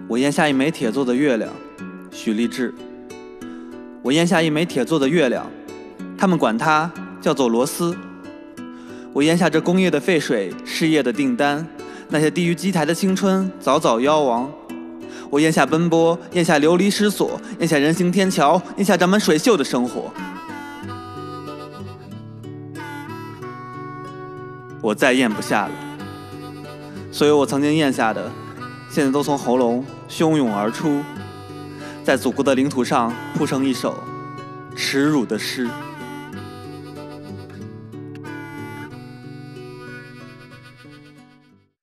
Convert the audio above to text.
我咽下一枚铁做的月亮，许立志。我咽下一枚铁做的月亮，他们管它叫做螺丝。我咽下这工业的废水，失业的订单，那些低于机台的青春早早夭亡。我咽下奔波，咽下流离失所，咽下人行天桥，咽下沾满水锈的生活。我再咽不下了，所有我曾经咽下的，现在都从喉咙汹涌而出，在祖国的领土上铺成一首耻辱的诗。